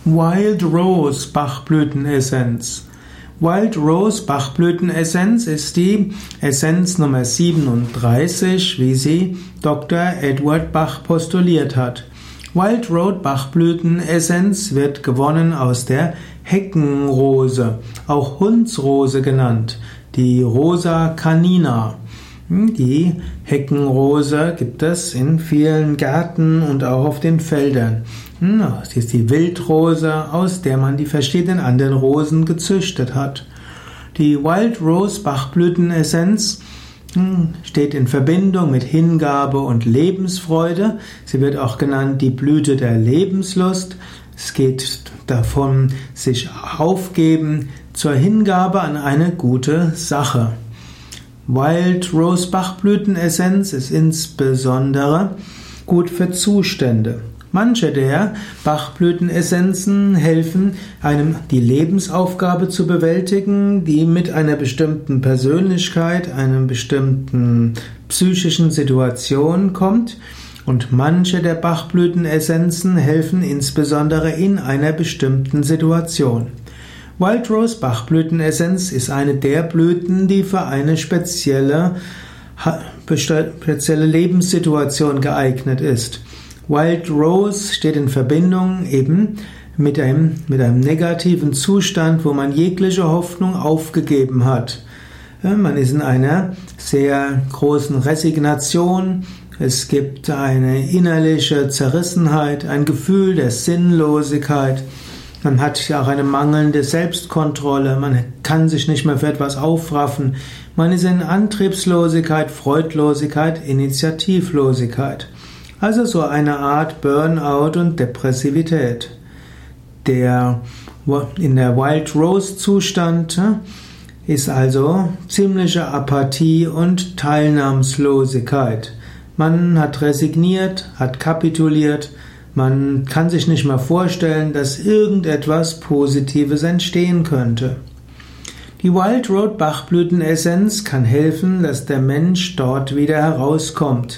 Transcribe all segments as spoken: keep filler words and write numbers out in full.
Wild Rose Bachblütenessenz. Wild Rose Bachblütenessenz ist die Essenz Nummer siebenunddreißig, wie sie Doktor Edward Bach postuliert hat. Wild Rose Bachblütenessenz wird gewonnen aus der Heckenrose, auch Hundsrose genannt, die Rosa canina. Die Heckenrose gibt es in vielen Gärten und auch auf den Feldern. Das ist die Wildrose, aus der man die verschiedenen anderen Rosen gezüchtet hat. Die Wild Rose Bachblütenessenz steht in Verbindung mit Hingabe und Lebensfreude. Sie wird auch genannt die Blüte der Lebenslust. Es geht davon, sich aufgeben zur Hingabe an eine gute Sache. Wild Rose Bachblütenessenz ist insbesondere gut für Zustände. Manche der Bachblütenessenzen helfen einem, die Lebensaufgabe zu bewältigen, die mit einer bestimmten Persönlichkeit, einer bestimmten psychischen Situation kommt. Und manche der Bachblütenessenzen helfen insbesondere in einer bestimmten Situation. Wild Rose Bachblütenessenz ist eine der Blüten, die für eine spezielle, spezielle Lebenssituation geeignet ist. Wild Rose steht in Verbindung eben mit einem, mit einem negativen Zustand, wo man jegliche Hoffnung aufgegeben hat. Man ist in einer sehr großen Resignation. Es gibt eine innerliche Zerrissenheit, ein Gefühl der Sinnlosigkeit. Man hat auch eine mangelnde Selbstkontrolle. Man kann sich nicht mehr für etwas aufraffen. Man ist in Antriebslosigkeit, Freudlosigkeit, Initiativlosigkeit. Also so eine Art Burnout und Depressivität. Der, in der Wild Rose Zustand ist also ziemliche Apathie und Teilnahmslosigkeit. Man hat resigniert, hat kapituliert, man kann sich nicht mehr vorstellen, dass irgendetwas Positives entstehen könnte. Die Wild Rose Bachblütenessenz kann helfen, dass der Mensch dort wieder herauskommt.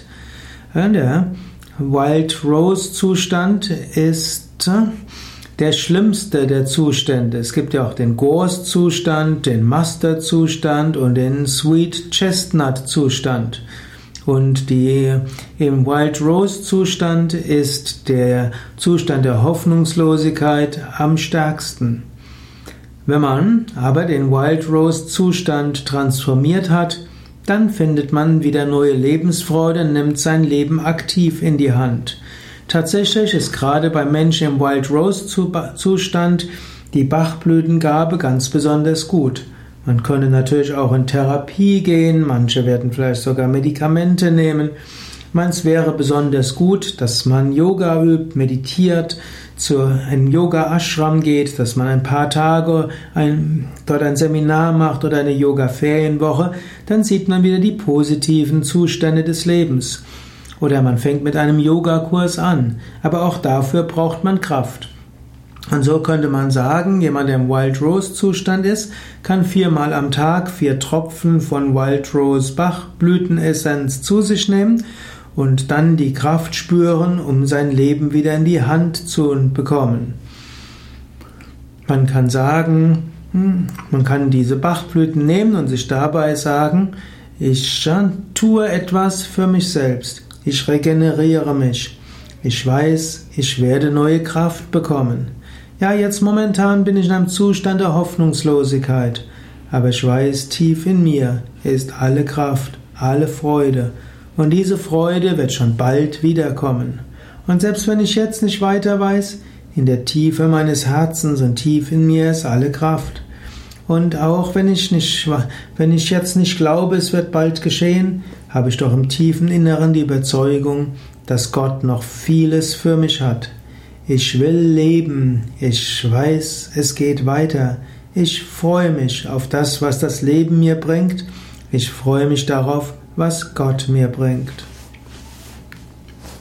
Der Wild Rose Zustand ist der schlimmste der Zustände. Es gibt ja auch den Gorse Zustand, den Mustard Zustand und den Sweet Chestnut Zustand. Und die, im Wild Rose Zustand ist der Zustand der Hoffnungslosigkeit am stärksten. Wenn man aber den Wild Rose Zustand transformiert hat, dann findet man wieder neue Lebensfreude und nimmt sein Leben aktiv in die Hand. Tatsächlich ist gerade beim Menschen im Wild Rose Zustand die Bachblütengabe ganz besonders gut. Man könnte natürlich auch in Therapie gehen, manche werden vielleicht sogar Medikamente nehmen. Es wäre besonders gut, dass man Yoga übt, meditiert, zu einem Yoga-Ashram geht, dass man ein paar Tage ein, dort ein Seminar macht oder eine Yoga-Ferienwoche, dann sieht man wieder die positiven Zustände des Lebens. Oder man fängt mit einem Yogakurs an, aber auch dafür braucht man Kraft. Und so könnte man sagen, jemand, der im Wild Rose Zustand ist, kann viermal am Tag vier Tropfen von Wild Rose Bachblütenessenz zu sich nehmen und dann die Kraft spüren, um sein Leben wieder in die Hand zu bekommen. Man kann sagen, man kann diese Bachblüten nehmen und sich dabei sagen, ich tue etwas für mich selbst, ich regeneriere mich, ich weiß, ich werde neue Kraft bekommen. Ja, jetzt momentan bin ich in einem Zustand der Hoffnungslosigkeit, aber ich weiß, tief in mir ist alle Kraft, alle Freude. Und diese Freude wird schon bald wiederkommen. Und selbst wenn ich jetzt nicht weiter weiß, in der Tiefe meines Herzens und tief in mir ist alle Kraft. Und auch wenn ich nicht, wenn ich jetzt nicht glaube, es wird bald geschehen, habe ich doch im tiefen Inneren die Überzeugung, dass Gott noch vieles für mich hat. Ich will leben. Ich weiß, es geht weiter. Ich freue mich auf das, was das Leben mir bringt. Ich freue mich darauf, was Gott mir bringt.